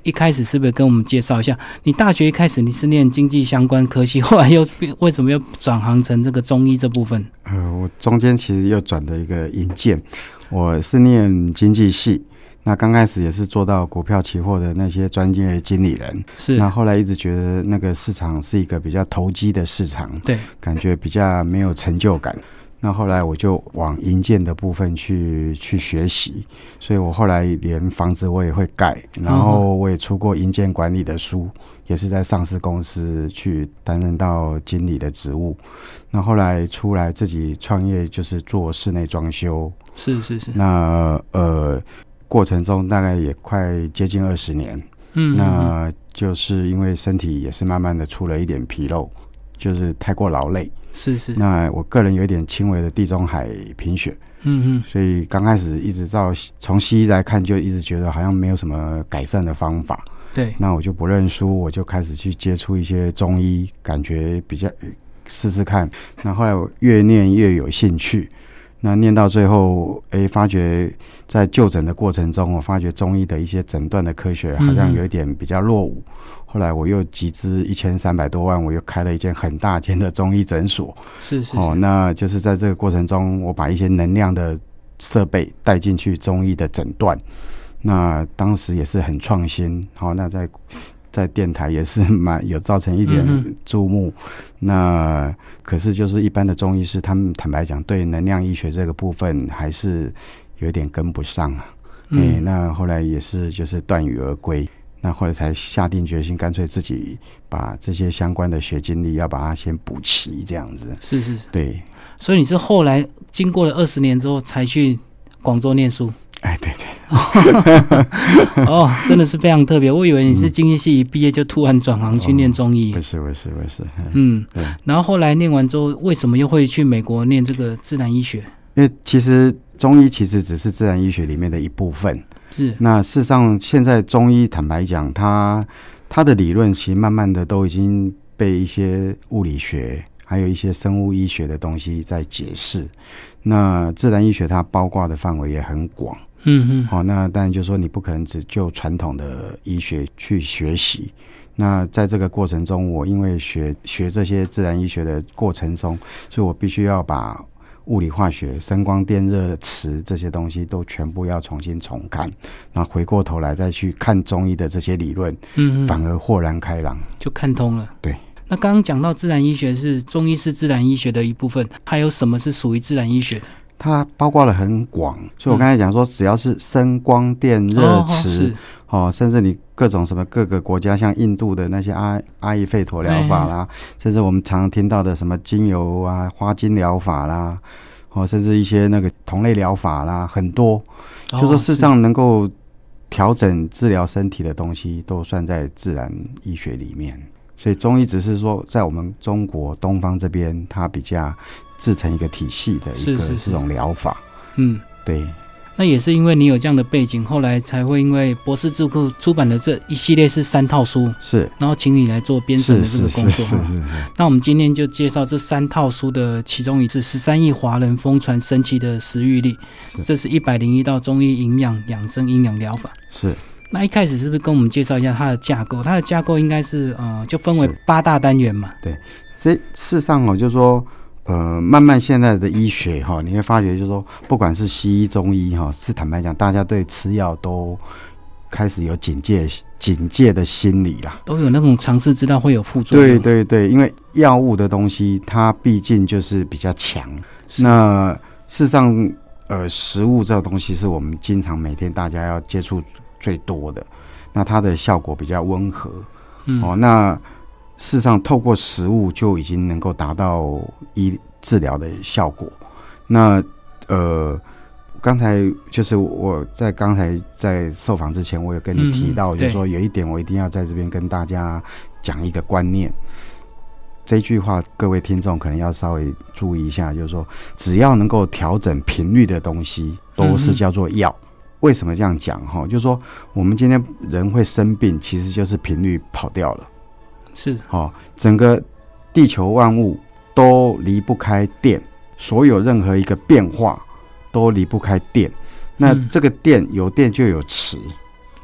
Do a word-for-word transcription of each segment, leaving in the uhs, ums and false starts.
一开始是不是跟我们介绍一下，你大学一开始你是念经济相关科系，后来又为什么又转行成这个中医这部分？ 呃，我中间其实又转的一个引荐，我是念经济系。那刚开始也是做到股票期货的那些专业经理人， 是。 那后来一直觉得那个市场是一个比较投机的市场， 对，感觉比较没有成就感。那后来我就往营建的部分去去学习，所以我后来连房子我也会盖，然后我也出过营建管理的书，也是在上市公司去担任到经理的职务。那后来出来自己创业，就是做室内装修， 是是是。 那呃。过程中大概也快接近二十年，嗯，那就是因为身体也是慢慢的出了一点纰漏，就是太过劳累， 是是。 那我个人有一点轻微的地中海贫血，嗯嗯，所以刚开始一直到从西医来看，就一直觉得好像没有什么改善的方法， 对， 那我就不认输，我就开始去接触一些中医，感觉比较试试看。那后来我越念越有兴趣。那念到最后，哎，发觉在就诊的过程中，我发觉中医的一些诊断的科学好像有一点比较落伍。嗯、后来我又集资一千三百多万，我又开了一间很大间的中医诊所。 是 是, 是。 哦，那就是在这个过程中，我把一些能量的设备带进去中医的诊断。那当时也是很创新。好、哦，那在。在电台也是蛮有造成一点注目、嗯、那可是就是一般的中医师他们坦白讲对能量医学这个部分还是有点跟不上啊、嗯欸、那后来也是就是断羽而归，那后来才下定决心干脆自己把这些相关的学经历要把它先补齐这样子。 是是是， 对， 所以你是后来经过了二十年之后才去广州念书？ 哎，对对。 哦，真的是非常特别。我以为你是经济系一毕业就突然转行去念中医。 不是不是不是。 嗯，对。然后后来念完之后，为什么又会去美国念这个自然医学？ 因为其实中医其实只是自然医学里面的一部分。 是。 那事实上，现在中医坦白讲，它它的理论其实慢慢的都已经被一些物理学还有一些生物医学的东西在解释。那自然医学它包括的范围也很广。嗯哼，好、哦，那当然就是说你不可能只就传统的医学去学习。那在这个过程中，我因为学学这些自然医学的过程中，所以我必须要把物理化学、声光电热磁这些东西都全部要重新重看，然后回过头来再去看中医的这些理论，嗯，反而豁然开朗， 就看通了。 对。 那刚刚讲到自然医学是中医是自然医学的一部分，还有什么是属于自然医学的？ 它包括了很广，所以我刚才讲说，只要是声光电热磁、嗯哦，甚至你各种什么各个国家，像印度的那些阿阿育吠陀疗法啦，甚至我们常听到的什么精油啊、花精疗法啦，哦，甚至一些那个同类疗法啦，很多，哦、就说事实上能够调整治疗身体的东西，都算在自然医学里面。所以中医只是说，在我们中国东方这边，它比较制成一个体系的一个这种疗法。嗯，对。 那也是因为你有这样的背景，后来才会因为博士智库出版的这一系列是三套书， 是， 然后请你来做编审的这个工作。 是是 是, 是, 是, 是。 那我们今天就介绍这三套书的其中一次，十三亿华人疯传神奇的食欲力，这是一百零一道中医营养养生营养疗法。 是。 那一开始是不是跟我们介绍一下它的架构？它的架构应该是呃，就分为八大单元嘛。 对，这事实上哦，就是说。呃，慢慢现在的医学哈，你会发觉就是说，不管是西医、中医哈，是坦白讲，大家对吃药都开始有警戒、警戒的心理啦， 都有那种尝试知道会有副作用。 对对对，因为药物的东西，它毕竟就是比较强。那事实上，呃，食物这种东西是我们经常每天大家要接触最多的，那它的效果比较温和。嗯，哦，那。事实上透过食物就已经能够达到医治疗的效果。那呃刚才就是我在刚才在受访之前我有跟你提到、嗯、就是说有一点我一定要在这边跟大家讲一个观念，这句话各位听众可能要稍微注意一下，就是说只要能够调整频率的东西都是叫做药、嗯、为什么这样讲？就是说我们今天人会生病其实就是频率跑掉了，是、哦、整个地球万物都离不开电，所有任何一个变化都离不开电。那这个电有电就有磁、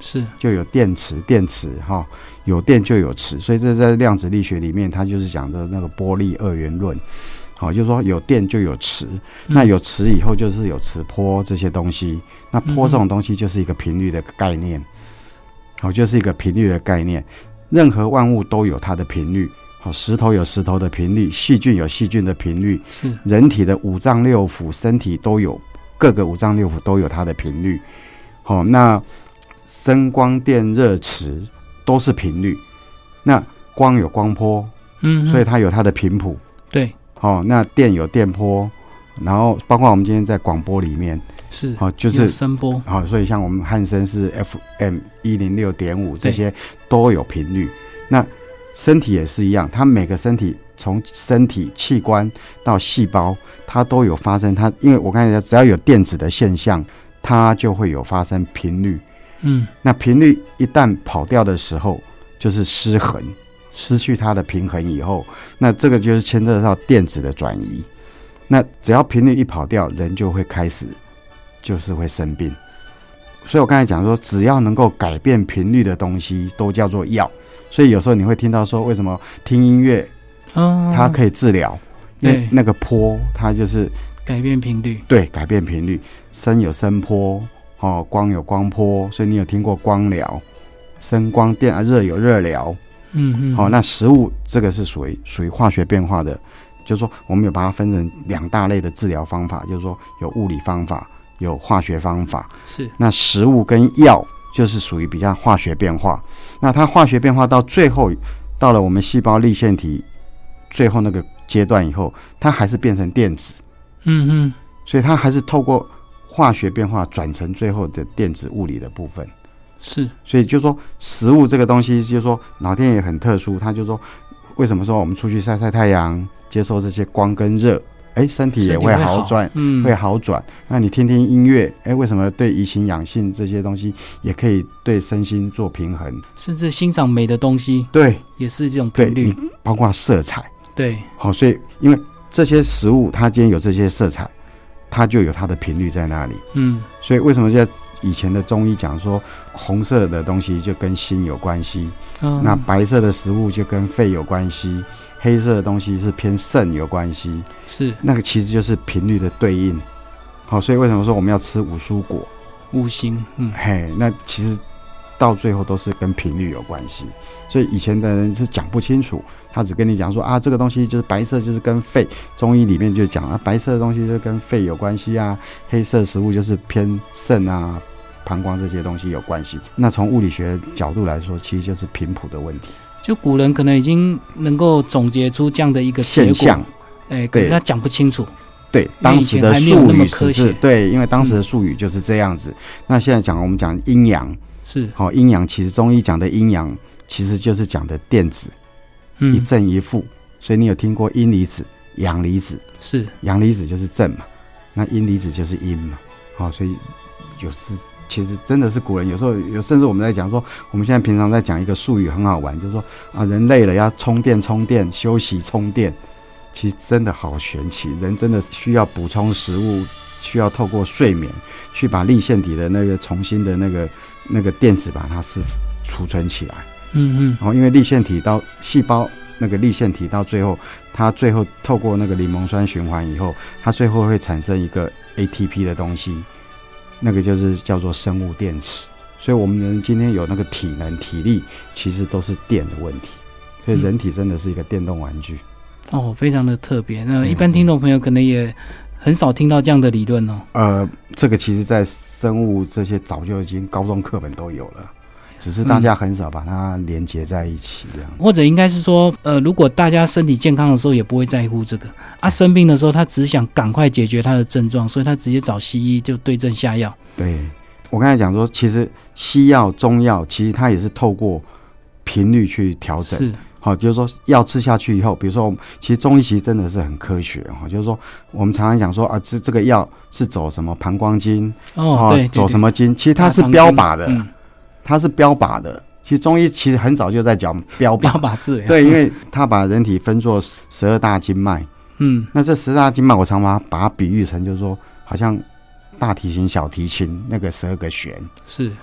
是就有电池，电池哈，有电就有磁，所以这在量子力学里面，它就是讲的那个波粒二元论。好，就是说有电就有磁，嗯、那有磁以后就是有磁波这些东西。那波这种东西就是一个频率的概念，好，就是一个频率的概念。任何万物都有它的频率，好，石头有石头的频率，细菌有细菌的频率， 是人体的五脏六腑，身体都有各个五脏六腑都有它的频率。好，那声光电热磁都是频率。那光有光波，嗯，所以它有它的频谱， 对。 哦，那电有电波，然后包括我们今天在广播里面是， 哦，就是声波， 好、哦，所以像我们汉声是 F M 一零六点五，这些都有频率。那身体也是一样，它每个身体从身体器官到细胞，它都有发生它，因为我刚才讲，只要有电子的现象，它就会有发生频率。嗯，那频率一旦跑掉的时候，就是失衡。失去它的平衡以后，那这个就是牵涉到电子的转移。那只要频率一跑掉，人就会开始就是会生病。所以我刚才讲说，只要能够改变频率的东西都叫做药。所以有时候你会听到说，为什么听音乐它可以治疗、哦、因为那个波它就是改变频率， 对，改变频率。声有声波、哦、光有光波，所以你有听过光疗，声光电啊，热有热疗。嗯嗯，好、哦，那食物这个是属于属于化学变化的，就是说我们有把它分成两大类的治疗方法，就是说有物理方法，有化学方法。是，那食物跟药就是属于比较化学变化。那它化学变化到最后，到了我们细胞粒线体最后那个阶段以后，它还是变成电子。嗯嗯，所以它还是透过化学变化转成最后的电子物理的部分。是，所以就说食物这个东西，就是说老天爷很特殊，他就说为什么说我们出去晒晒太阳，接受这些光跟热，哎，身体也会好转，嗯，会好转。那你听听音乐，哎，为什么对怡情养性这些东西也可以对身心做平衡？ 甚至欣赏美的东西， 对， 也是这种频率， 包括色彩， 对， 好，所以因为这些食物它今天有这些色彩，它就有它的频率在那里，嗯，所以为什么在以前的中医讲说，红色的东西就跟心有关系，嗯，那白色的食物就跟肺有关系，黑色的东西是偏肾有关系，是那个其实就是频率的对应。好，所以为什么说我们要吃五蔬果？ 五行，嗯， 嘿，那其实到最后都是跟频率有关系。所以以前的人是讲不清楚，他只跟你讲说啊，这个东西就是白色，就是跟肺。中医里面就讲啊，白色的东西就跟肺有关系啊，黑色食物就是偏肾啊、膀胱这些东西有关系。那从物理学角度来说，其实就是频谱的问题。 就古人可能已经能够总结出这样的一个结果现象， 哎，可是他讲不清楚。 对，当时的术语只是对，因为当时的术语就是这样子。嗯、那现在讲我们讲阴阳是好、哦，阴阳其实中医讲的阴阳其实就是讲的电子，嗯、一正一负。所以你有听过阴离子、阳离子？是，阳离子就是正嘛，那阴离子就是阴嘛。好、哦，所以就是其实真的是古人有时候有，甚至我们在讲说，我们现在平常在讲一个术语很好玩，就是说啊，人累了要充电，充电休息充电。其实真的好神奇，人真的需要补充食物，需要透过睡眠去把粒线体的那个重新的那个那个电子把它是储存起来。嗯嗯。然后因为粒线体到细胞那个粒线体到最后，它最后透过那个柠檬酸循环以后，它最后会产生一个 A T P 的东西，那个就是叫做生物电池。所以我们人今天有那个体能体力，其实都是电的问题。所以人体真的是一个电动玩具。 哦，非常的特别。那一般听众朋友可能也很少听到这样的理论哦。 呃，这个其实在生物这些早就已经高中课本都有了，只是大家很少把它连结在一起这样、嗯。 或者应该是说，呃，如果大家身体健康的时候也不会在乎这个，啊，生病的时候他只想赶快解决他的症状，所以他直接找西医就对症下药。 对，我刚才讲说，其实西药、中药其实它也是透过频率去调整。是。好，就是说药吃下去以后，比如说我们其实中医其实真的是很科学哈，就是说我们常常讲说啊，这这个药是走什么膀胱经哦，对， 走什么经，其实它是标靶的，嗯、它是标靶的。其实中医其实很早就在讲标靶， 标靶治疗， 对，因为它把人体分作十二大经脉，嗯，那这十二大经脉，我常把它把它比喻成就是说，好像大提琴、小提琴那个十二个弦是。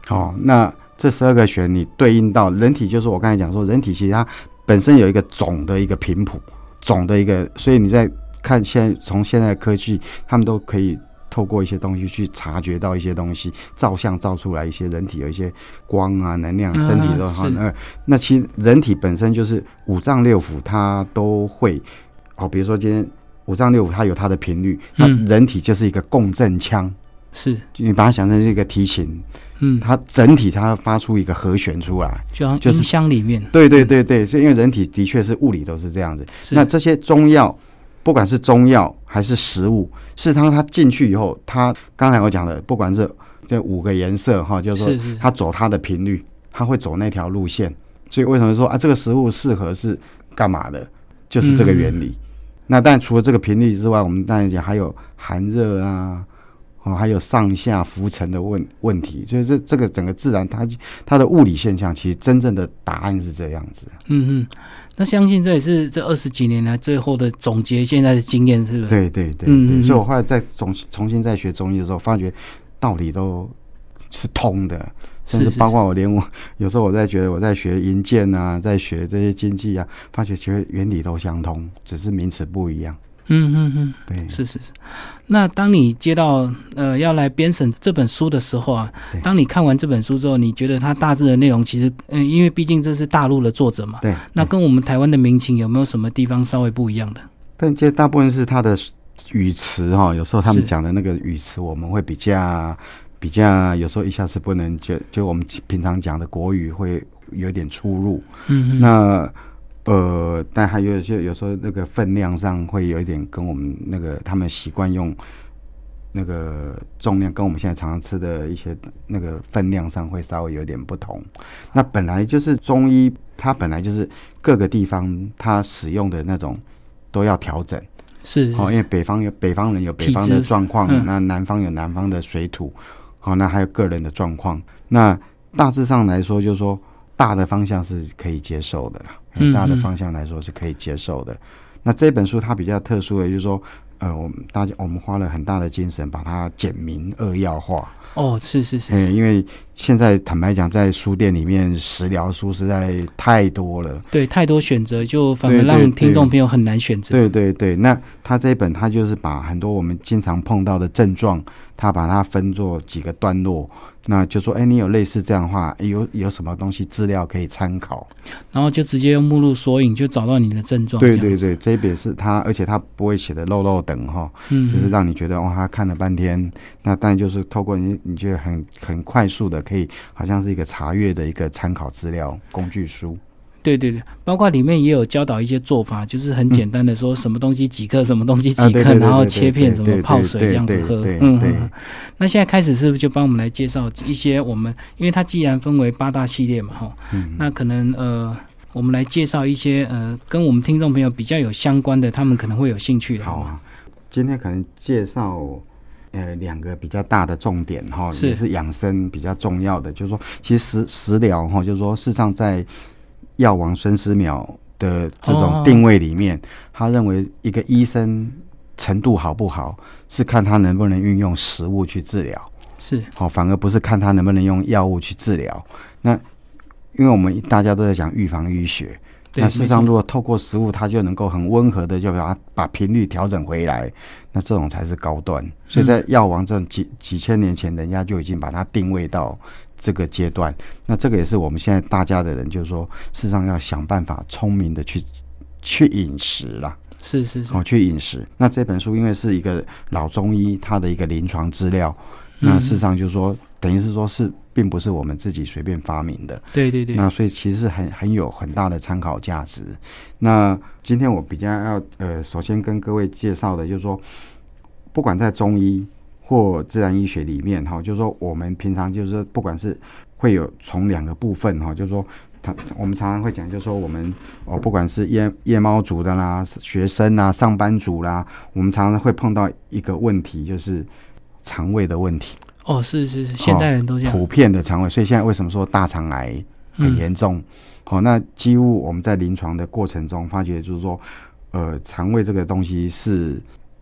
哦，那这十二个弦你对应到人体，就是我刚才讲说，人体其实它本身有一个总的一个频谱，总的一个，所以你在看现在从现在的科技，他们都可以透过一些东西去察觉到一些东西，照相照出来一些人体有一些光啊、能量，身体都好。呃，那其实人体本身就是五脏六腑，它都会哦，比如说今天五脏六腑它有它的频率，那人体就是一个共振腔。 是你把它想成是一个提琴，嗯，它整体它发出一个和弦出来， 就像音箱里面， 对对对对，所以因为人体的确是物理都是这样子。那这些中药，不管是中药还是食物，事实上它进去以后，它刚才我讲的，不管是这五个颜色哈，就是说它走它的频率，它会走那条路线。所以为什么说啊这个食物适合是干嘛的，就是这个原理。嗯、那但除了这个频率之外，我们当然讲还有寒热啊。哦，还有上下浮沉的问问题，所以这这个整个自然它它的物理现象，其实真正的答案是这样子。 嗯嗯，那相信这也是这二十几年来最后的总结，现在的经验是不是？ 对对对对，嗯嗯，所以我后来再重重新再学中医的时候，发觉道理都是通的，甚至包括我连我有时候我在觉得我在学营建啊，在学这些经济啊，发觉觉得原理都相通，只是名词不一样。 嗯嗯嗯，对，是是是。那当你接到呃要来编审这本书的时候啊，当你看完这本书之后，你觉得它大致的内容其实，嗯、呃，因为毕竟这是大陆的作者嘛，对，那跟我们台湾的民情有没有什么地方稍微不一样的？ 但其实大部分是它的语词哈，有时候他们讲的那个语词，我们会比较比较，有时候一下子不能就就我们平常讲的国语会有点出入，嗯，那。呃，但还有一些有时候那个分量上会有一点跟我们那个他们习惯用那个重量跟我们现在常常吃的一些那个分量上会稍微有点不同。那本来就是中医，它本来就是各个地方它使用的那种都要调整， 是好、哦，因为北方有北方人有北方的状况，嗯、那南方有南方的水土，好、哦，那还有个人的状况。那大致上来说，就是说。大的方向是可以接受的啦，嗯、大的方向来说是可以接受的。嗯、那这本书它比较特殊的，就是说，呃，我们大家我们花了很大的精神把它简明扼要化。 哦，是是是， 嗯，因为现在坦白讲，在书店里面食疗书实在太多了， 对，太多选择，就反而让听众朋友很难选择。 对对 对, 对，那他这一本，他就是把很多我们经常碰到的症状，他把它分作几个段落。那就说，哎，你有类似这样的话，有有什么东西资料可以参考， 然后就直接用目录索引就找到你的症状。 对对对，这一本是他，而且他不会写的漏漏等哈，嗯，就是让你觉得哇，他看了半天。那当然就是透过你，你觉得很很快速的，可以好像是一个查阅的一个参考资料工具书。 对对对，包括里面也有教导一些做法，就是很简单的说什么东西几克，嗯、什么东西几克，啊、对对对对然后切片，什么泡水这样子喝。嗯嗯。那现在开始是不是就帮我们来介绍一些我们，因为它既然分为八大系列嘛，哈、嗯，那可能呃，我们来介绍一些呃跟我们听众朋友比较有相关的，他们可能会有兴趣的。 好啊，今天可能介绍呃两个比较大的重点哈，也是养生比较重要的，就是说，其实食食疗哈，就是说，事实上在药王孙思邈的这种定位里面，哦、他认为一个医生程度好不好，是看他能不能运用食物去治疗， 是好、哦，反而不是看他能不能用药物去治疗。那因为我们大家都在讲预防医学，那事实上如果透过食物，它就能够很温和的就把它把频率调整回来，那这种才是高端。所以在药王这几几千年前，人家就已经把它定位到这个阶段，那这个也是我们现在大家的人，就是说，事实上要想办法聪明的去去饮食啦， 是是是， 哦，去饮食。那这本书因为是一个老中医他的一个临床资料，嗯、那事实上就是说，等于是说是并不是我们自己随便发明的， 对对对。 那所以其实是很很有很大的参考价值。那今天我比较要呃，首先跟各位介绍的就是说，不管在中医或自然医学里面哈，就是说我们平常就是不管是会有从两个部分哈，就是说他我们常常会讲，就是说我们哦，不管是夜夜猫族的啦、学生啦、上班族啦，我们常常会碰到一个问题，就是肠胃的问题。 哦，是是是，现代人都这样、 哦、普遍的肠胃，所以现在为什么说大肠癌很严重？好、嗯哦，那几乎我们在临床的过程中发觉，就是说，呃，肠胃这个东西是。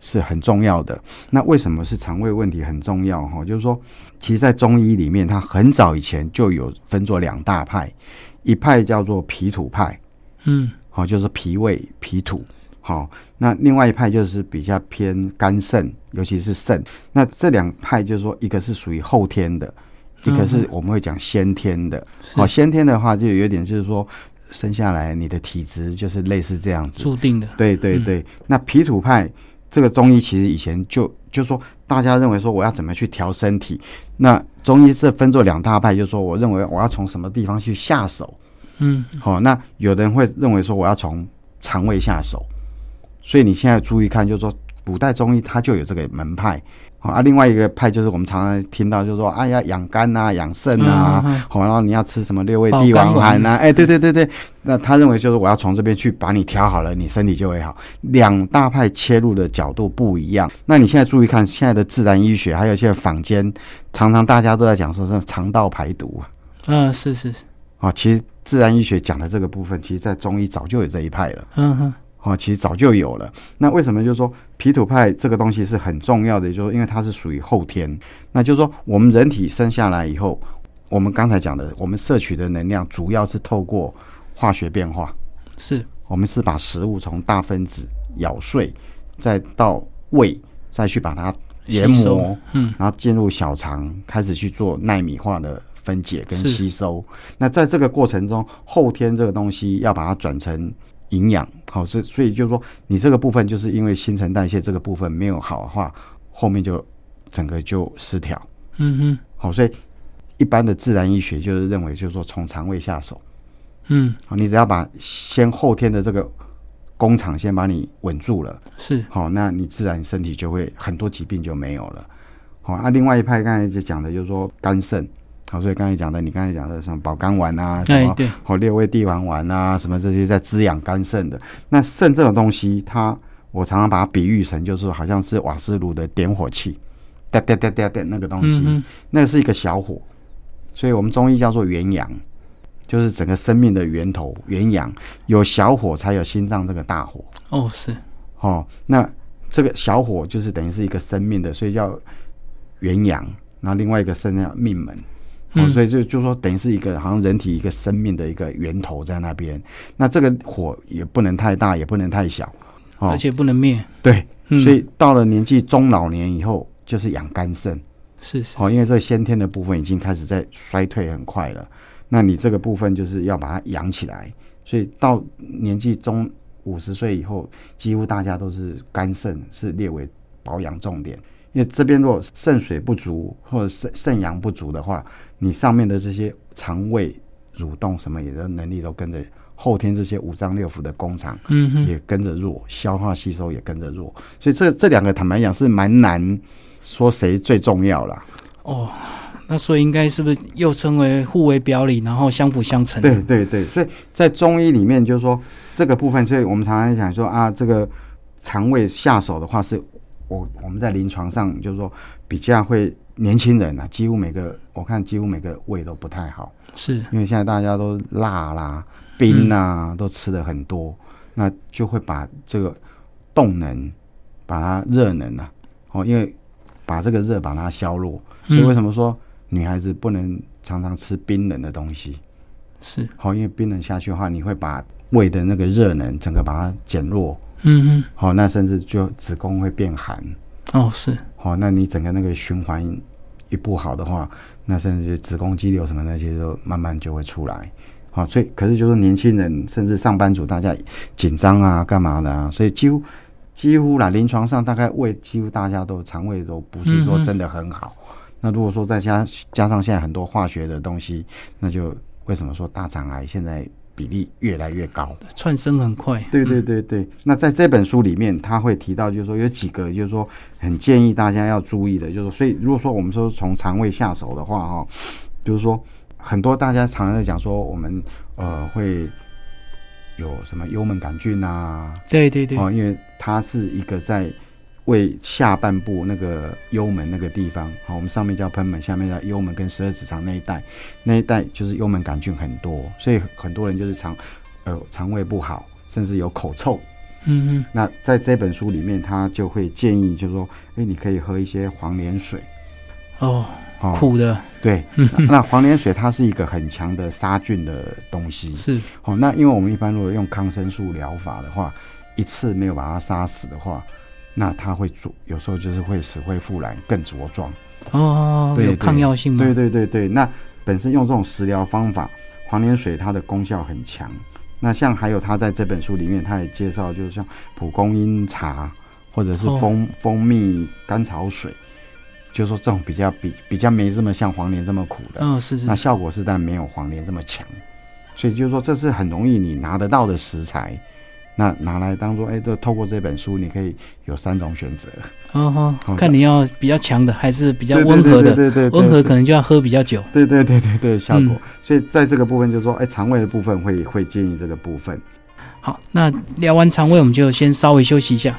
是很重要的。那为什么是肠胃问题很重要？哈，就是说，其实，在中医里面，它很早以前就有分作两大派，一派叫做脾土派，嗯，好，就是脾胃、脾土。好，那另外一派就是比较偏肝肾，尤其是肾。那这两派就是说，一个是属于后天的，一个是我们会讲先天的。好，先天的话就有点就是说，生下来你的体质就是类似这样子， 注定的。 对对对。嗯、那脾土派这个中医其实以前就就说，大家认为说我要怎么去调身体，那中医是分作两大派，就是说我认为我要从什么地方去下手。嗯，好，那有的人会认为说我要从肠胃下手。所以你现在注意看，就是说古代中医它就有这个门派啊。另外一个派就是我们常常听到，就是说哎呀养肝啊、养肾啊，好、嗯嗯，然后你要吃什么六味地黄丸啊，哎，对对对对。那他认为就是我要从这边去把你调好了，你身体就会好。两大派切入的角度不一样。那你现在注意看，现在的自然医学还有现在坊间，常常大家都在讲说是肠道排毒啊。 嗯，是是是。 啊，其实自然医学讲的这个部分，其实在中医早就有这一派了。嗯哼。哦，其实早就有了。那为什么就是说脾土派这个东西是很重要的？就是说因为它是属于后天，那就是说我们人体生下来以后，我们刚才讲的，我们摄取的能量主要是透过化学变化， 是我们是把食物从大分子咬碎，再到胃，再去把它研磨，嗯，然后进入小肠，开始去做奈米化的分解跟吸收。那在这个过程中，后天这个东西要把它转成营养，好，所以所以就是说，你这个部分就是因为新陈代谢这个部分没有好的话，后面就整个就失调。嗯哼，好，所以一般的自然医学就是认为，就是说从肠胃下手。嗯，好，你只要把先后天的这个工厂先把你稳住了， 是好，那你自然身体就会很多疾病就没有了。好，那、啊、另外一派刚才就讲的就是说肝肾。好，所以刚才讲的，你刚才讲的什么保肝丸啊，什么好六味地黄丸啊，什么这些在滋养肝肾的。那肾这种东西，它我常常把它比喻成就是好像是瓦斯炉的点火器，哒哒哒哒哒那个东西，嗯、那个是一个小火，所以我们中医叫做元阳，就是整个生命的源头元阳，有小火才有心脏这个大火。 哦，是哦，那这个小火就是等于是一个生命的，所以叫元阳，然后另外一个肾叫命门。哦，所以就就说等于是一个好像人体一个生命的一个源头在那边，那这个火也不能太大，也不能太小， 哦、而且不能灭。 对、嗯，所以到了年纪中老年以后，就是养肝肾， 是是， 哦，因为这个先天的部分已经开始在衰退很快了，那你这个部分就是要把它养起来，所以到年纪中五十岁以后，几乎大家都是肝肾是列为保养重点。因为这边如果肾水不足或者肾肾阳不足的话，你上面的这些肠胃蠕动什么也的能力都跟着，后天这些五脏六腑的工厂也跟着弱，消化吸收也跟着弱，所以这这两个坦白讲是蛮难说谁最重要啦。 哦，那所以应该是不是又称为互为表里，然后相辅相成？ 对对对，所以在中医里面就是说这个部分，所以我们常常讲说啊，这个肠胃下手的话是。我我们在临床上就是说比较会年轻人啊，几乎每个我看几乎每个胃都不太好， 是因为现在大家都辣啦、冰啊、嗯、都吃的很多，那就会把这个动能把它热能啊，哦，因为把这个热把它削弱，所以为什么说女孩子不能常常吃冰冷的东西？ 是好，因为冰冷下去的话，你会把胃的那个热能整个把它减弱。 嗯哼， 好、哦，那甚至就子宫会变寒。 哦，是。 好、哦，那你整个那个循环一不好的话，那甚至就子宫肌瘤什么那些都慢慢就会出来。好、哦，所以可是就是年轻人甚至上班族大家紧张啊，干嘛的啊？所以几乎几乎啦，临床上大概胃几乎大家都肠胃都不是说真的很好。嗯、那如果说再加加上现在很多化学的东西，那就为什么说大肠癌现在？比例越来越高， 窜升很快。 对对对对、嗯，那在这本书里面，他会提到，就是说有几个，就是说很建议大家要注意的，就是说，所以如果说我们说从肠胃下手的话，哈，比如说很多大家常常在讲说，我们呃会有什么幽门杆菌啊， 对对对， 哦，因为它是一个在胃下半部那个幽门那个地方，好，我们上面叫贲门，下面叫幽门跟十二指肠那一带，那一带就是幽门杆菌很多，所以很多人就是肠呃肠胃不好，甚至有口臭， 嗯嗯。那在这本书里面，他就会建议，就是说，哎，你可以喝一些黄连水。 哦，哦苦的。 对。那, 那黄连水它是一个很强的杀菌的东西。 是。 哦，那因为我们一般如果用抗生素疗法的话，一次没有把它杀死的话，那它会做，有时候就是会死灰复燃，更茁壮。 哦，有抗药性吗？ 对对对对，那本身用这种食疗方法，黄连水它的功效很强。那像还有他在这本书里面，他也介绍，就是像蒲公英茶或者是蜂、哦、蜂蜜甘草水，就是说这种比较比比较没这么像黄连这么苦的。 嗯、哦，是是。 那效果是但没有黄连这么强，所以就是说这是很容易你拿得到的食材。那拿来当做，哎，就透过这本书，你可以有三种选择。 哦哦，看你要比较强的，还是比较温和的。 对对对对， 温和可能就要喝比较久。 对对对对对，效果。嗯、所以在这个部分，就是说，哎，肠胃的部分会会建议这个部分。 好，那聊完肠胃，我们就先稍微休息一下。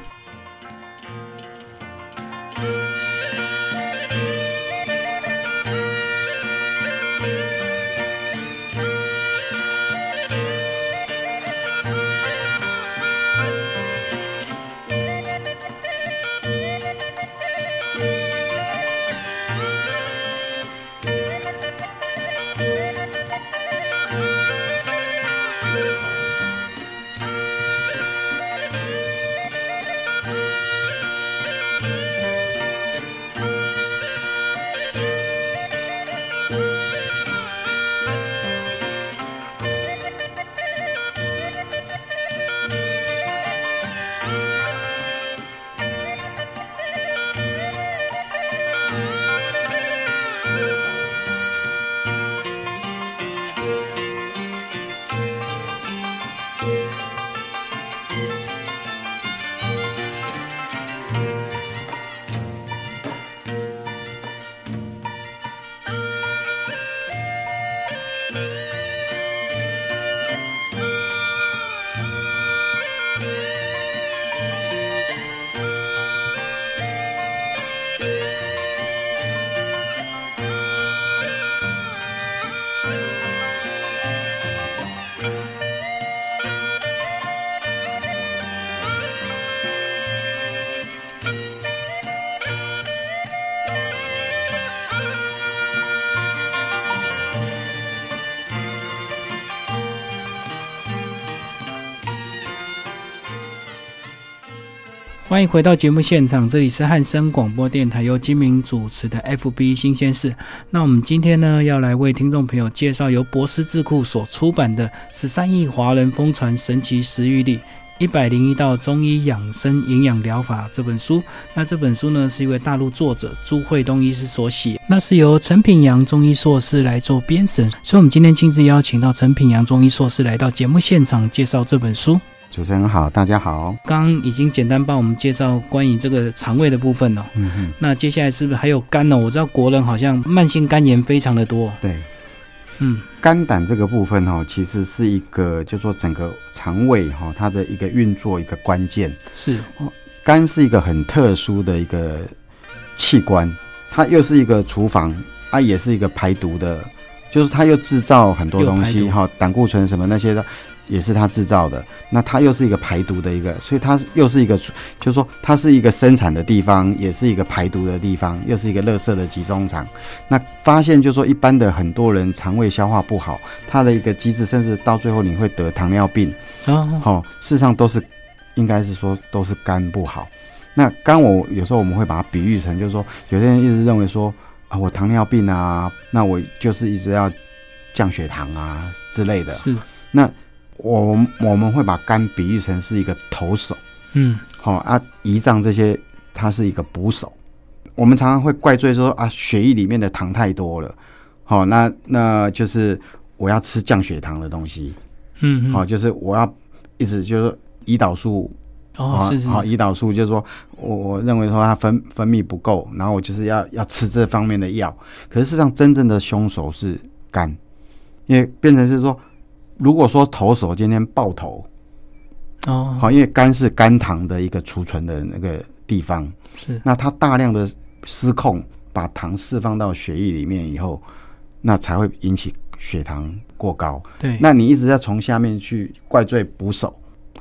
欢迎回到节目现场，这里是汉声广播电台由金明主持的 F B 新鲜事。那我们今天呢，要来为听众朋友介绍由博思智库所出版的十三亿华人疯传神奇食欲力一百零一道中医养生营养疗法这本书。那这本书呢，是一位大陆作者朱惠东医师所写，那是由陈品阳中医硕士来做编审，所以我们今天亲自邀请到陈品阳中医硕士来到节目现场介绍这本书。 主持人好，大家好。 刚刚已经简单帮我们介绍关于这个肠胃的部分哦。嗯哼。那接下来是不是还有肝呢？我知道国人好像慢性肝炎非常的多。 对。嗯，肝胆这个部分哦，其实是一个，就说整个肠胃哈，它的一个运作一个关键。 是。 肝是一个很特殊的一个器官，它又是一个厨房啊，也是一个排毒的，就是它又制造很多东西哈，胆固醇什么那些的。也是它制造的，那它又是一个排毒的一个，所以它又是一个，就是说它是一个生产的地方，也是一个排毒的地方，又是一个垃圾的集中场。那发现就是说，一般的很多人肠胃消化不好，它的一个机制，甚至到最后你会得糖尿病。哦，好、哦，事实上都是，应该是说都是肝不好。那肝我有时候我们会把它比喻成，就是说有些人一直认为说啊，我糖尿病啊，那我就是一直要降血糖啊之类的。是，那。我我们会把肝比喻成是一个投手，嗯，好、哦、啊，胰脏这些它是一个捕手。我们常常会怪罪说啊，血液里面的糖太多了，好、哦，那那就是我要吃降血糖的东西，嗯，好、哦，就是我要一直就是说胰岛素，哦，是是，好、哦，胰岛素就是说我我认为说它分分泌不够，然后我就是要要吃这方面的药。可是事实上，真正的凶手是肝，因为变成是说。如果说投手今天爆头，哦，好，因为肝是肝糖的一个储存的那个地方，是，那它大量的失控，把糖释放到血液里面以后，那才会引起血糖过高。对，那你一直在从下面去怪罪捕手，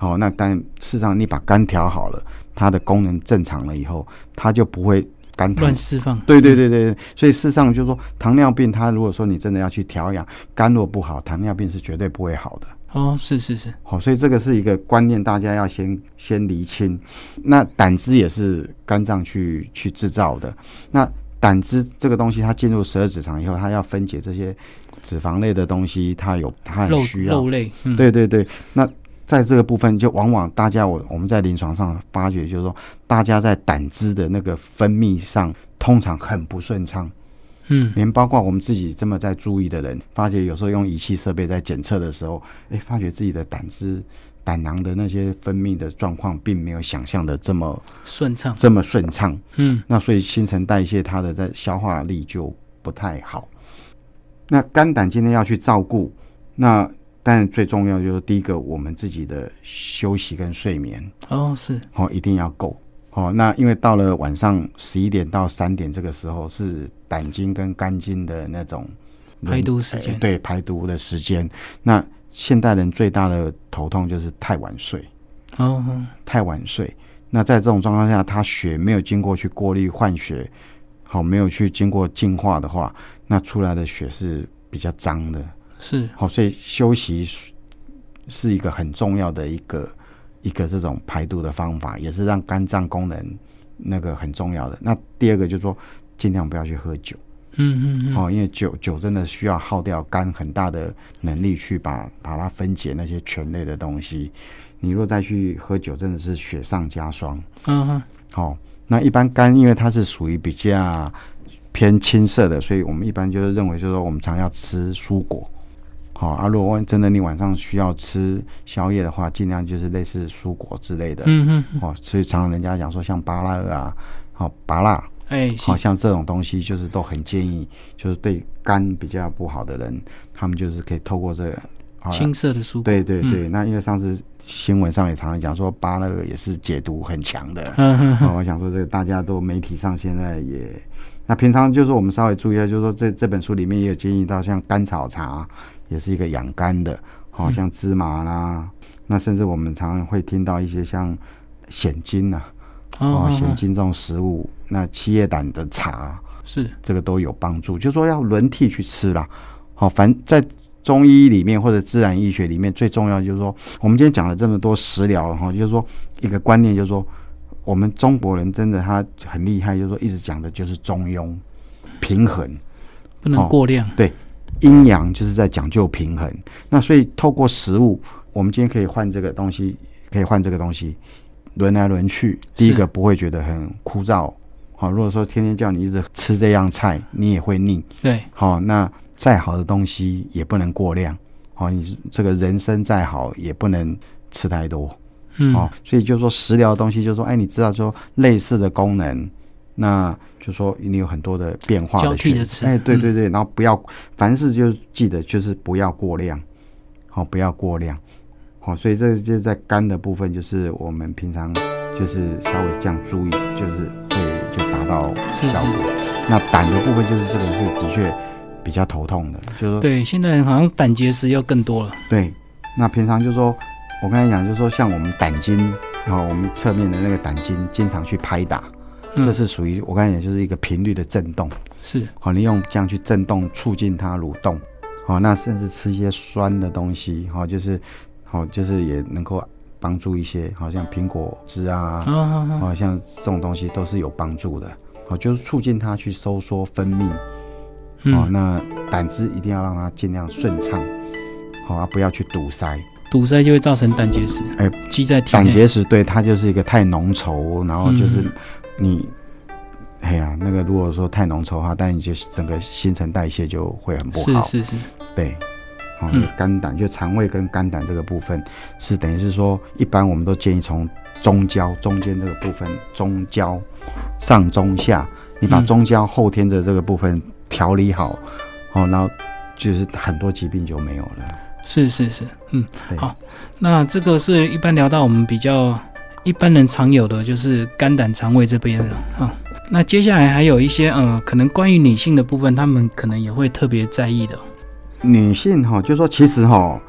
好，那但事实上你把肝调好了，它的功能正常了以后，它就不会肝糖乱释放。 对对对对，所以事实上就是说，糖尿病它如果说你真的要去调养，肝若不好，糖尿病是绝对不会好的。 哦，是是是， 好，所以这个是一个观念，大家要先先厘清。那胆汁也是肝脏去去制造的，那胆汁这个东西，它进入十二指肠以后，它要分解这些脂肪类的东西，它有它很需要肉类，嗯、 对对对。那在这个部分，就往往大家我我们在临床上发觉，就是说，大家在胆汁的那个分泌上，通常很不顺畅。嗯，连包括我们自己这么在注意的人，发觉有时候用仪器设备在检测的时候，哎，发觉自己的胆汁、胆囊的那些分泌的状况，并没有想象的这么顺畅， 这么顺畅。 嗯， 那所以新陈代谢它的在消化力就不太好。那肝胆今天要去照顾，那当然最重要就是第一个，我们自己的休息跟睡眠。 哦，是， 哦，一定要够。哦，那因为到了晚上十一点到三点这个时候是胆经跟肝经的那种排毒时间、呃， 对，排毒的时间。那现代人最大的头痛就是太晚睡， 哦， 太晚睡。那在这种状况下，他血没有经过去过滤换血，好，没有去经过净化的话，那出来的血是比较脏的， 是， 好，所以休息是一个很重要的一个。一个这种排毒的方法，也是让肝脏功能那个很重要的。那第二个就是说，尽量不要去喝酒，嗯嗯嗯，哦，因为酒酒真的需要耗掉肝很大的能力去把把它分解那些醛类的东西。你若再去喝酒，真的是雪上加霜。嗯哼，好、哦，那一般肝因为它是属于比较偏青色的，所以我们一般就是认为就是说，我们常要吃蔬果。好、哦、啊，如果真的你晚上需要吃宵夜的话，尽量就是类似蔬果之类的。嗯嗯。哦，所以常常人家讲说像芭乐啊，好、哦、芭乐，哎，好、哦、像这种东西就是都很建议，就是对肝比较不好的人，他们就是可以透过这个青色的蔬果。 对对对、嗯，那因为上次新闻上也常常讲说芭乐也是解毒很强的。嗯哼哼、哦。我想说这个大家都媒体上现在也，那平常就是我们稍微注意一下，就是说这这本书里面也有建议到像甘草茶。也是一个养肝的，好、哦、像芝麻啦、嗯，那甚至我们常常会听到一些像鲜金啊，哦，鲜金这种食物，那七叶胆的茶是这个都有帮助，就是说要轮替去吃啦。好、哦，反正在中医里面或者自然医学里面，最重要就是说，我们今天讲了这么多食疗哈，就是说一个观念就是说，我们中国人真的他很厉害，就是说一直讲的就是中庸平衡， 不能过量， 哦、对。阴阳就是在讲究平衡，那所以透过食物，我们今天可以换这个东西，可以换这个东西，轮来轮去。第一个不会觉得很枯燥，好，如果说天天叫你一直吃这样菜，你也会腻。 对， 好，那再好的东西也不能过量，好，你这个人参再好也不能吃太多，嗯，好，所以就是说食疗的东西，就是说，哎，你知道说类似的功能，那。就说你有很多的变化的交替的吃， 哎，对对对，嗯、然后不要凡事就记得就是不要过量，好、哦，不要过量，好、哦，所以这就是在肝的部分，就是我们平常就是稍微这样注意，就是会就达到效果。是是那胆的部分就是这个是的确比较头痛的，就是说对，现在好像胆结石又更多了。 对，那平常就说我刚才讲，就是说像我们胆经，然后我们侧面的那个胆经经常去拍打。这是属于我刚才讲，就是一个频率的震动， 是好，你用这样去震动，促进它蠕动，好，那甚至吃一些酸的东西，好，就是好，就是也能够帮助一些，好像苹果汁啊，好、哦、像这种东西都是有帮助的，好，就是促进它去收缩分泌，好、嗯，那胆汁一定要让它尽量顺畅，好啊，不要去堵塞。 堵塞就会造成胆结石，哎，积在体内。 胆结石对它就是一个太浓稠，然后就是你，嗯、哎呀，那个如果说太浓稠的话，但你就整个新陈代谢就会很不好。 是是是， 对，好、哦，嗯、肝胆就肠胃跟肝胆这个部分是等于是说，一般我们都建议从中焦中间这个部分，中焦上中下，你把中焦后天的这个部分调理好，哦，然后就是很多疾病就没有了。 是是是，嗯，好，那这个是一般聊到我们比较一般人常有的，就是肝胆肠胃这边的啊。那接下来还有一些呃，可能关于女性的部分，他们可能也会特别在意的。 女性哈，就是说其实哈，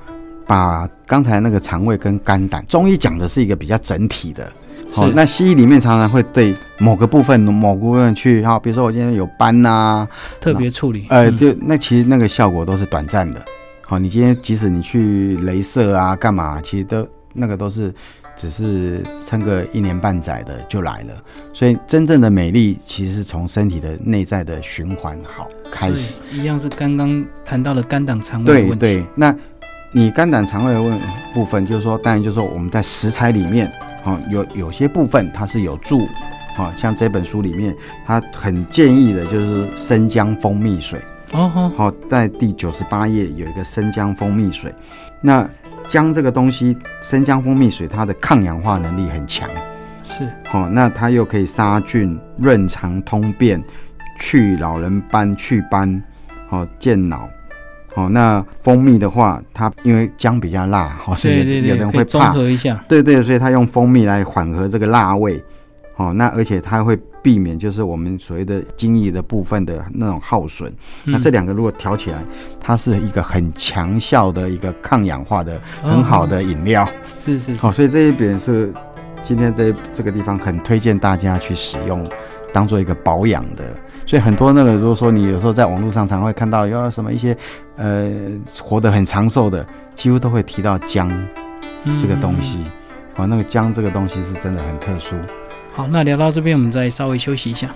把刚才那个肠胃跟肝胆，中医讲的是一个比较整体的。哦，那西医里面常常会对某个部分、某个部分去，好，比如说我今天有斑呐、啊， 特别处理， 呃，就那其实那个效果都是短暂的。好，你今天即使你去雷射啊，干嘛，其实都那个都是只是撑个一年半载的就来了。所以真正的美丽，其实是从身体的内在的循环好开始。 一样是刚刚谈到的肝胆肠胃的问题。 对对，那你肝胆肠胃的问部分，就是说，当然就是说我们在食材里面。哦，有有些部分它是有助，哦，像这本书里面，它很建议的就是生姜蜂蜜水。哦哦，好，在第九十八页有一个生姜蜂蜜水。那姜这个东西，生姜蜂蜜水它的抗氧化能力很强， 是。 哦，那它又可以杀菌、润肠通便、去老人斑、祛斑，哦，健脑。哦，那蜂蜜的话，它因为姜比较辣，哦，所以有人会怕， 综合一下， 对对，所以它用蜂蜜来缓和这个辣味。哦，那而且它会避免就是我们所谓的精液的部分的那种耗损。嗯、那这两个如果调起来，它是一个很强效的一个抗氧化的很好的饮料。哦、 是是是。 好、哦，所以这一点是今天这这个地方很推荐大家去使用，当做一个保养的。所以很多那个，如果说你有时候在网络上常会看到有什么一些呃活得很长寿的，几乎都会提到姜这个东西。嗯、哦，那个姜这个东西是真的很特殊。 好，那聊到这边，我们再稍微休息一下。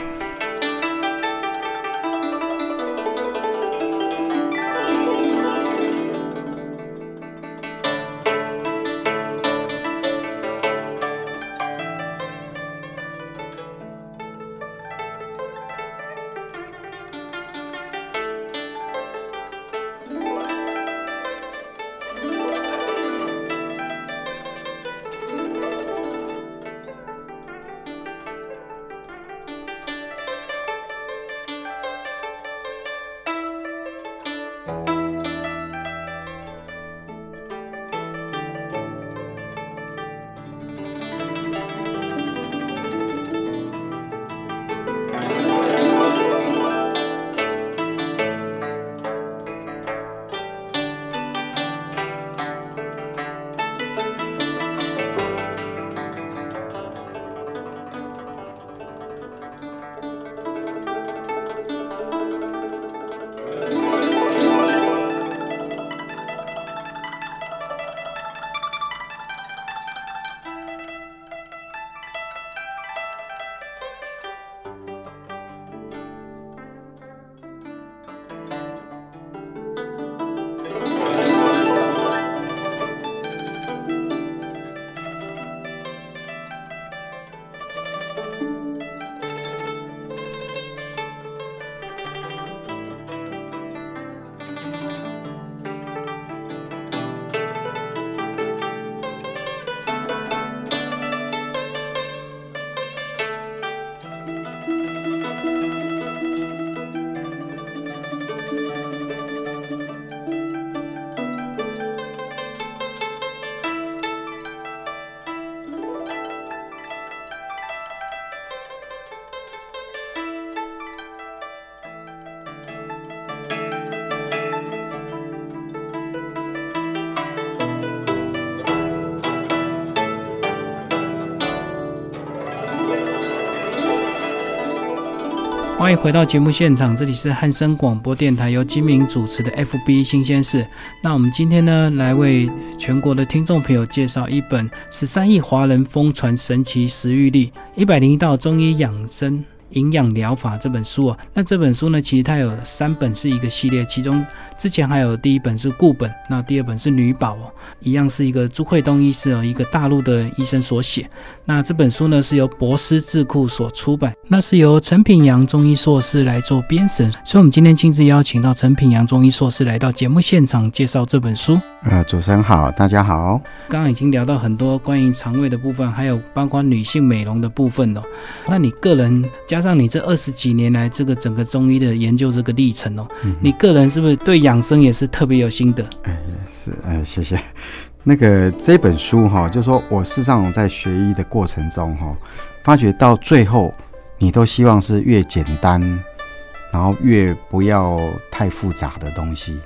欢迎回到节目现场，这里是汉声广播电台由金明主持的 F B 新鲜事。那我们今天呢，来为全国的听众朋友介绍一本十三亿华人疯传神奇食欲力一百零一道中医养生营养疗法这本书啊。那这本书呢，其实它有三本是一个系列，其中之前还有第一本是固本，那第二本是女宝哦，一样是一个朱慧东医师哦，一个大陆的医生所写。那这本书呢是由博思智库所出版，那是由陈品阳中医硕士来做编审，所以我们今天亲自邀请到陈品阳中医硕士来到节目现场介绍这本书。 呃，主持人好，大家好。 刚刚已经聊到很多关于肠胃的部分，还有包括女性美容的部分哦。那你个人加上你这二十几年来这个整个中医的研究这个历程哦，嗯、你个人是不是对养生也是特别有心得？ 哎，是，哎，谢谢。那个这本书哈，就说我事实上我在学医的过程中哈，发觉到最后你都希望是越简单，然后越不要太复杂的东西。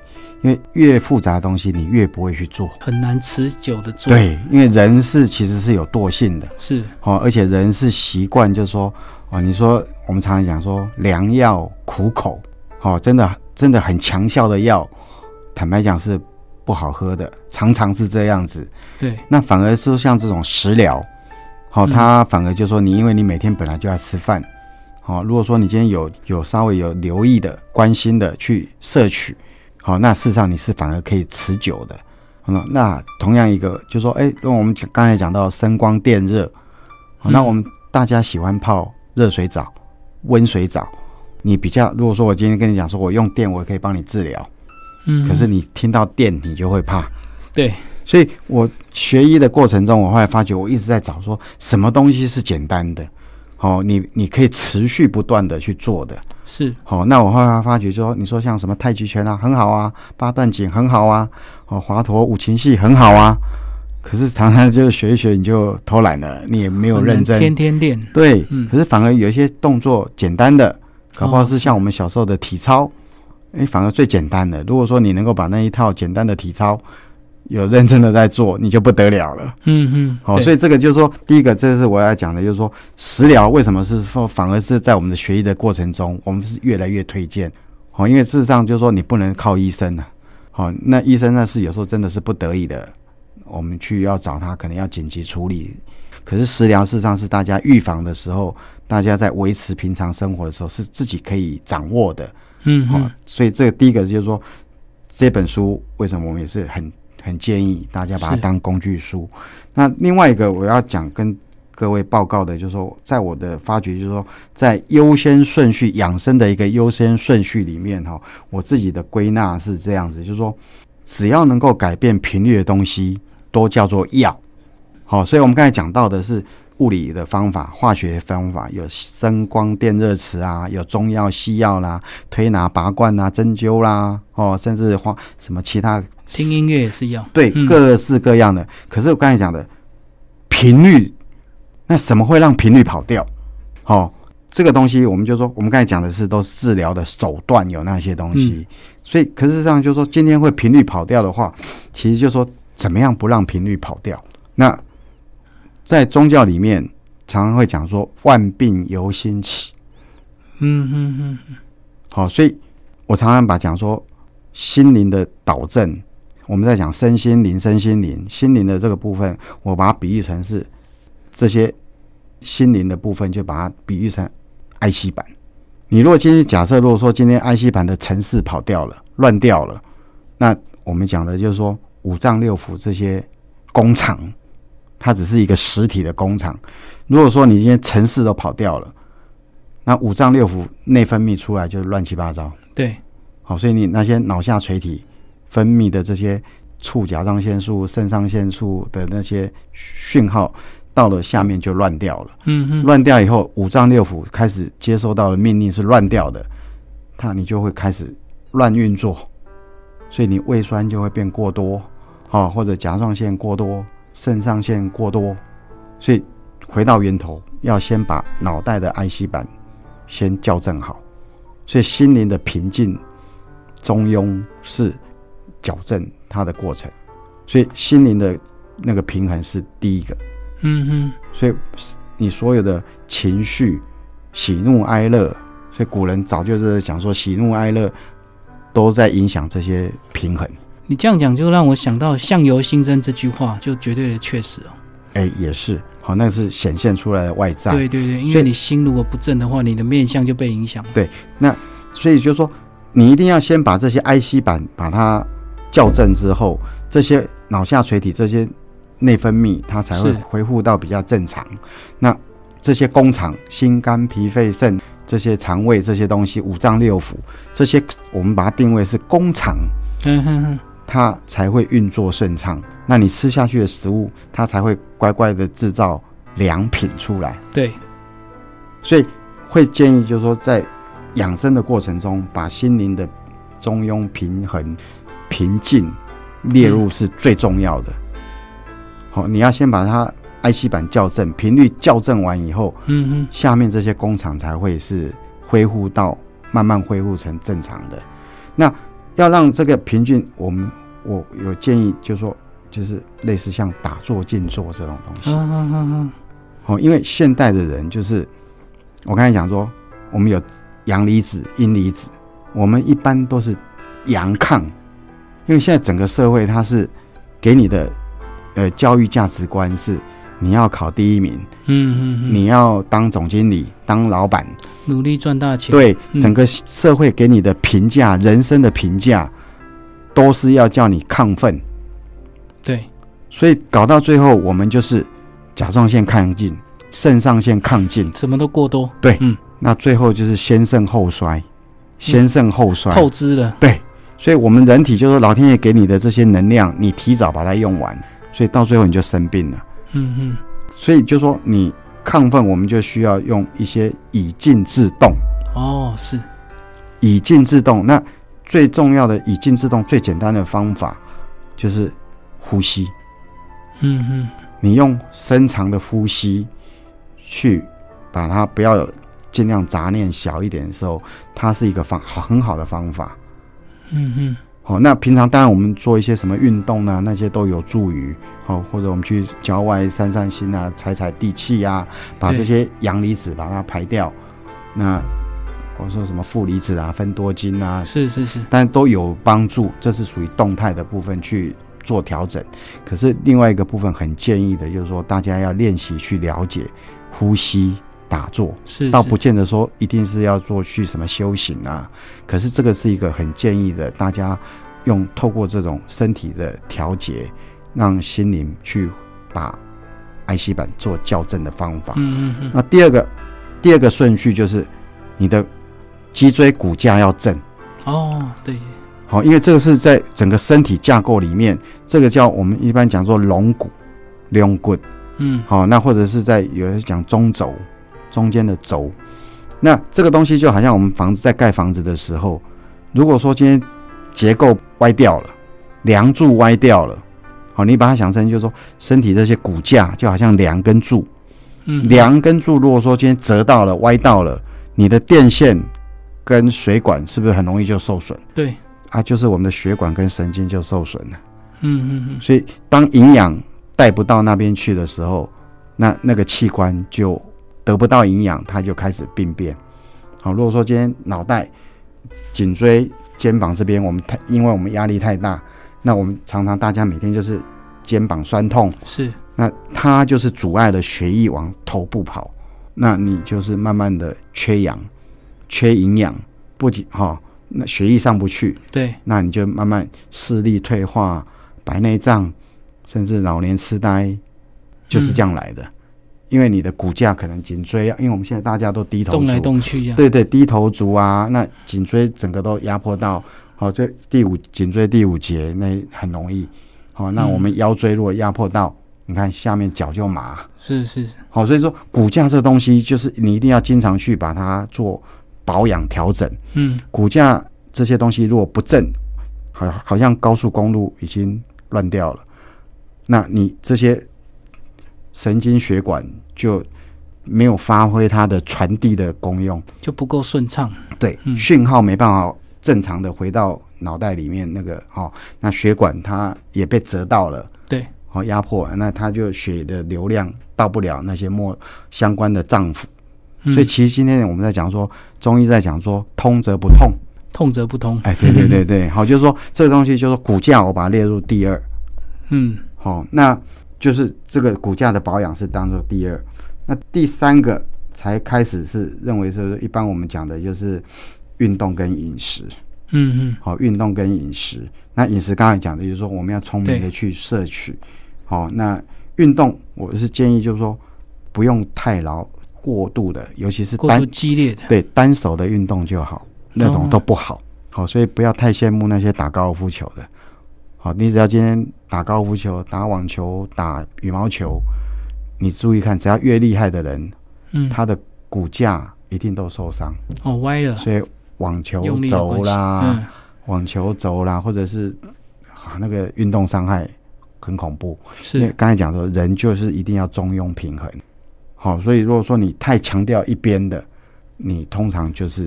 因为越复杂的东西你越不会去做， 很难持久的做。 对，因为人是其实是有惰性的， 是哦，而且人是习惯就是说哦，你说我们常常讲说良药苦口，哦，真的真的很强效的药，坦白讲是不好喝的，常常是这样子。 对， 那反而说像这种食疗，好、哦，它反而就说你因为你每天本来就要吃饭，好、哦，如果说你今天有有稍微有留意的、关心的去摄取，好、哦，那事实上你是反而可以持久的。嗯、那同样一个就是说，哎，因为我们刚才讲到声光电热，好、那我们大家喜欢泡热水澡、温水澡，你比较如果说我今天跟你讲说我用电我可以帮你治疗，嗯，可是你听到电你就会怕， 对。 所以我学医的过程中，我后来发觉我一直在找说什么东西是简单的，哦，你你可以持续不断的去做的， 是， 哦，那我后来发觉说，你说像什么太极拳啊，很好啊，八段锦很好啊，哦，华佗五禽戏很好啊，可是常常就学一学你就偷懒了，你也没有认真， 天天练， 对、嗯，可是反而有一些动作简单的，搞不好是像我们小时候的体操，哎、哦，反而最简单的。如果说你能够把那一套简单的体操有认真的在做，你就不得了了。嗯嗯，好、哦，所以这个就是说，第一个，这是我要讲的，就是说食疗为什么是说反而是在我们的学医的过程中，我们是越来越推荐。好、哦，因为事实上就是说你不能靠医生啊。好、哦，那医生呢是有时候真的是不得已的，我们去要找他，可能要紧急处理。可是食疗事实上是大家预防的时候，大家在维持平常生活的时候，是自己可以掌握的。嗯，好、哦，所以这个第一个就是说，这本书为什么我们也是很。很建议大家把它当工具书。那另外一个我要讲跟各位报告的，就是说，在我的发觉，就是说，在优先顺序养生的一个优先顺序里面，哈，我自己的归纳是这样子，就是说，只要能够改变频率的东西，都叫做药。好，所以我们刚才讲到的是物理的方法、化学的方法，有声光电热池啊，有中药、西药啦，推拿、拔罐啦，针灸啦，哦，甚至花什么其他。 听音乐也是药， 对、嗯，各式各样的。可是我刚才讲的频率，那什么会让频率跑掉？哦，这个东西我们就说，我们刚才讲的是都是治疗的手段，有那些东西。嗯、所以，可是事实上就是说，今天会频率跑掉的话，其实就是说怎么样不让频率跑掉？那在宗教里面常常会讲说，万病由心起。嗯嗯嗯。好、哦，所以我常常把讲说心灵的导正。我们在讲身心灵，身心灵，心灵的这个部分，我把它比喻成是这些心灵的部分，就把它比喻成 I C 板。你如果今天假设，如果说今天 I C 板的程式跑掉了，乱掉了，那我们讲的就是说五脏六腑这些工厂，它只是一个实体的工厂。如果说你今天程式都跑掉了，那五脏六腑内分泌出来就乱七八糟。 对， 好，所以你那些脑下垂体分泌的这些促甲状腺素、肾上腺素的那些讯号，到了下面就乱掉了。嗯嗯，乱掉以后，五脏六腑开始接收到的命令是乱掉的，它你就会开始乱运作，所以你胃酸就会变过多，哦，或者甲状腺过多、肾上腺过多。所以回到源头，要先把脑袋的 I C 板先校正好。所以心灵的平静、中庸是矫正它的过程，所以心灵的那个平衡是第一个。嗯哼，所以你所有的情绪、喜怒哀乐，所以古人早就是讲说，喜怒哀乐都在影响这些平衡。 你这样讲，就让我想到"相由心生"这句话，就绝对的确实哦。 哎，也是，好，那是显现出来的外在。 对对对，因为你心如果不正的话，你的面相就被影响。 对，那所以就是说，你一定要先把这些 I C 板把它校正之后，这些脑下垂体这些内分泌，它才会恢复到比较正常。那这些工厂，心肝脾肺肾这些肠胃这些东西，五脏六腑这些，我们把它定位是工厂。嗯哼哼。它才会运作顺畅，那你吃下去的食物，它才会乖乖的制造良品出来。 对， 所以会建议就是说，在养生的过程中，把心灵的中庸、平衡、平静列入是最重要的。好、嗯，你要先把它 I C 板校正，频率校正完以后，嗯哼，下面这些工厂才会是恢复到慢慢恢复成正常的。那要让这个平均，我们我有建议，就是说，就是类似像打坐、静坐这种东西。嗯嗯嗯嗯。因为现代的人就是我刚才讲说，我们有阳离子、阴离子，我们一般都是阳亢，因为现在整个社会它是给你的呃教育价值观是你要考第一名，嗯嗯嗯，你要当总经理、当老板， 努力赚大钱。 对，嗯、整个社会给你的评价、人生的评价，都是要叫你亢奋。 对， 所以搞到最后，我们就是甲状腺亢进、肾上腺亢进， 什么都过多。 对，嗯，那最后就是先盛后衰，先盛后衰， 透支了。 对，所以我们人体就是老天爷给你的这些能量，你提早把它用完，所以到最后你就生病了。嗯嗯，所以就说你亢奋，我们就需要用一些以静制动。 哦，是以静制动。那最重要的以静制动最简单的方法就是呼吸。嗯嗯，你用深长的呼吸去把它不要尽量杂念小一点的时候，它是一个方好很好的方法。嗯嗯。好、哦，那平常当然我们做一些什么运动啊，那些都有助于，好、哦，或者我们去郊外散散心啊，踩踩地气啊，把这些阳离子把它排掉。那我说什么负离子啊、芬多精啊， 是是是， 但都有帮助，这是属于动态的部分去做调整。可是另外一个部分很建议的就是说，大家要练习去了解呼吸。打坐是倒不见得说一定是要做去什么修行啊，可是这个是一个很建议的，大家用透过这种身体的调节，让心灵去把癌细胞做校正的方法。嗯嗯嗯。那第二个第二个顺序就是你的脊椎骨架要正。 哦，对。 好，因为这个是在整个身体架构里面，这个叫我们一般讲说龙骨、龙骨。嗯。好，那或者是在有人讲中轴。中间的轴，那这个东西就好像我们房子在盖房子的时候，如果说今天结构歪掉了，梁柱歪掉了，好，你把它想成就是说身体这些骨架就好像梁跟柱，嗯，梁跟柱如果说今天折到了、歪到了，你的电线跟水管是不是很容易就受损？ 对， 啊，就是我们的血管跟神经就受损了。 嗯嗯嗯。 所以当营养带不到那边去的时候，那那个器官就得不到营养，它就开始病变。好，如果说今天脑袋、颈椎、肩膀这边，我们太因为我们压力太大，那我们常常大家每天就是肩膀酸痛， 是， 那它就是阻碍了血液往头部跑，那你就是慢慢的缺氧、缺营养，不仅哈、哦，那血液上不去， 对， 那你就慢慢视力退化、白内障，甚至老年痴呆，就是这样来的。嗯，因为你的骨架可能颈椎，因为我们现在大家都低头族， 动来动去呀， 对对，低头族啊，那颈椎整个都压迫到，好、哦，这第五颈椎第五节那很容易，好、哦，那我们腰椎如果压迫到，嗯、你看下面脚就麻， 是是， 好、哦，所以说骨架这个东西就是你一定要经常去把它做保养调整，嗯，骨架这些东西如果不正，好好像高速公路已经乱掉了，那你这些神经血管就没有发挥它的传递的功用， 就不够顺畅。 对，嗯、讯号没办法正常的回到脑袋里面，那个哦，那血管它也被折到了， 对， 哦压迫，那它就血的流量到不了那些末相关的脏腑。嗯、所以其实今天我们在讲说，中医在讲说通则不痛， 痛则不通。 哎，对对对对，好，就是说这个东西就是骨架，我把它列入第二。嗯，好，那就是这个骨架的保养是当做第二。那第三个才开始是认为说，一般我们讲的就是运动跟饮食。嗯嗯，好，运动跟饮食。那饮食刚才讲的就是说，我们要聪明的去摄取。好，那运动我是建议就是说，不用太劳过度的，尤其是单过度激烈的， 对单手的运动就好，那种都不好。好，所以不要太羡慕那些打高尔夫球的。好，你只要今天打高尔夫球、打网球、打羽毛球，你注意看，只要越厉害的人，嗯，他的骨架一定都受伤。 哦，歪了。 所以网球肘啦、嗯、网球肘啦，或者是啊那个运动伤害很恐怖。是，因为刚才讲说，人就是一定要中庸平衡。好，所以如果说你太强调一边的，你通常就是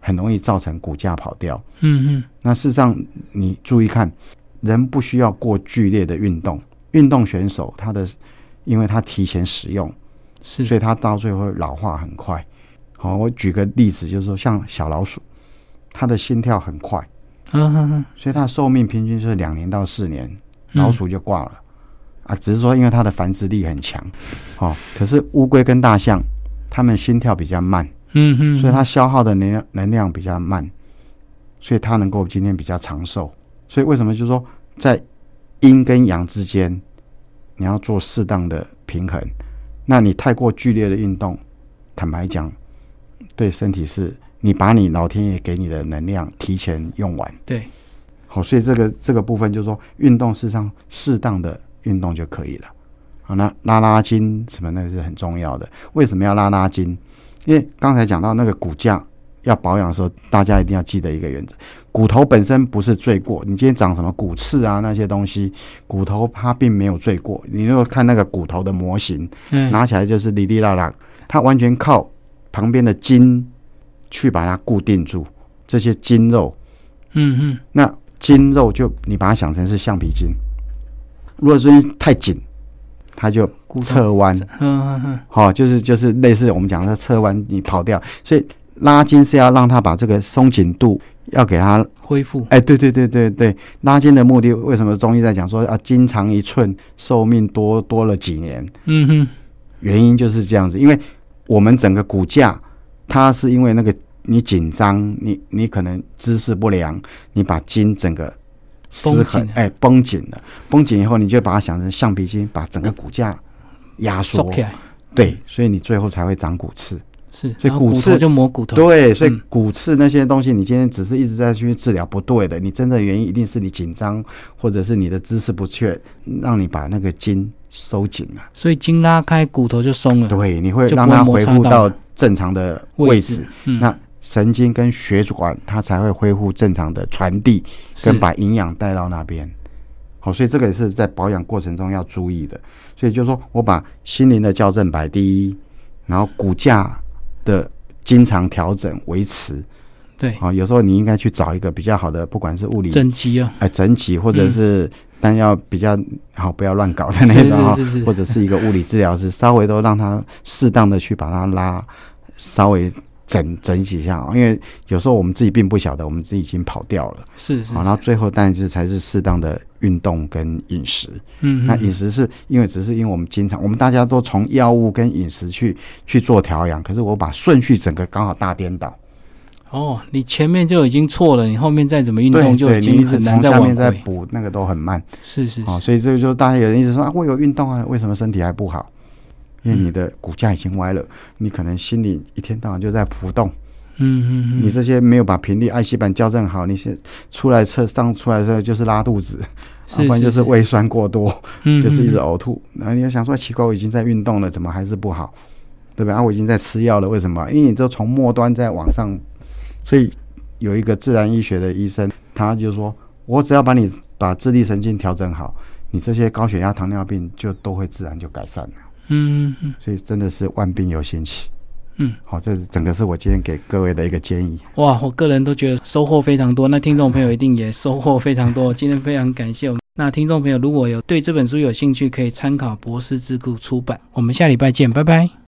很容易造成骨架跑掉。 嗯嗯， 那事实上你注意看，人不需要过剧烈的运动，运动选手他的因为他提前使用， 是， 所以他到最后老化很快。好，我举个例子，就是说像小老鼠，它的心跳很快， 嗯嗯嗯， 所以它的寿命平均就是两年到四年，老鼠就挂了、嗯、啊。只是说因为它的繁殖力很强，哦，可是乌龟跟大象，它们心跳比较慢， 嗯嗯， 所以它消耗的能量能量比较慢，所以它能够今天比较长寿。所以为什么就是说在阴跟阳之间，你要做适当的平衡。那你太过剧烈的运动，坦白讲，对身体是你把你老天爷给你的能量提前用完。 对， 好，所以这个这个部分就是说，运动事实上适当的运动就可以了。好，那拉拉筋什么那个是很重要的。为什么要拉拉筋？因为刚才讲到那个骨架要保养的时候，大家一定要记得一个原则：骨头本身不是罪过。你今天长什么骨刺啊那些东西，骨头它并没有罪过。你如果看那个骨头的模型， 嗯， 拿起来就是哩哩啦啦，它完全靠旁边的筋去把它固定住，这些筋肉， 嗯嗯， 那筋肉就你把它想成是橡皮筋，如果说太紧，它就侧弯， 嗯嗯嗯， 好、哦，就是就是类似我们讲的侧弯，你跑掉，所以拉筋是要让它把这个松紧度要给它恢复。 哎，对对对对对，拉筋的目的，为什么中医在讲说啊，筋长一寸，寿命多多了几年？ 嗯哼， 原因就是这样子，因为我们整个骨架，它是因为那个你紧张，你你可能姿势不良，你把筋整个失衡，哎，绷紧了，绷紧以后，你就把它想成橡皮筋，把整个骨架压缩，对，所以你最后才会长骨刺。 是， 所以骨刺就磨骨头。 对，所以骨刺那些东西，你今天只是一直在去治疗，不对的。你真的原因一定是你紧张，或者是你的姿势不确，让你把那个筋收紧了。 所以筋拉开，骨头就松了。 对，你会让它恢复到正常的位置。位置嗯、那神经跟血管它才会恢复正常的传递，跟把营养带到那边。好，所以这个也是在保养过程中要注意的。所以就是说我把心灵的校正摆第一，然后骨架的经常调整维持， 对， 好、哦，有时候你应该去找一个比较好的，不管是物理整脊啊， 哎，整脊，或者是、嗯、但要比较好，不要乱搞的那种，是是是是或者是一个物理治疗师，稍微都让他适当的去把它拉，稍微整整几下，因为有时候我们自己并不晓得，我们自己已经跑掉了， 是是， 好，然后最后当然就是才是适当的运动跟饮食， 嗯， 那饮食是因为只是因为我们经常我们大家都从药物跟饮食去去做调养，可是我把顺序整个刚好大颠倒。 哦，你前面就已经错了，你后面再怎么运动就已经很难再往回，你一直从下面再补那个都很慢。 是是是， 哦，所以这个就是大家有人一直说啊，我有运动啊，为什么身体还不好？因为你的骨架已经歪了，你可能心里一天到晚就在浮动。 嗯嗯嗯， 你这些没有把频率、艾希板校正好，你先出来测上出来的时候就是拉肚子，要、啊、不然就是胃酸过多， 是是是就是一直呕吐。然后你就想说，奇怪，我已经在运动了，怎么还是不好？对吧？啊，我已经在吃药了，为什么？因为你都从末端在往上，所以有一个自然医学的医生，他就说，我只要把你把自律神经调整好，你这些高血压、糖尿病就都会自然就改善了。 嗯嗯， 所以真的是万病有心起。 嗯， 好，这整个是我今天给各位的一个建议。 哇，我个人都觉得收获非常多，那听众朋友一定也收获非常多。今天非常感谢我们。那听众朋友如果有对这本书有兴趣，可以参考博士智库出版。我们下礼拜见，拜拜。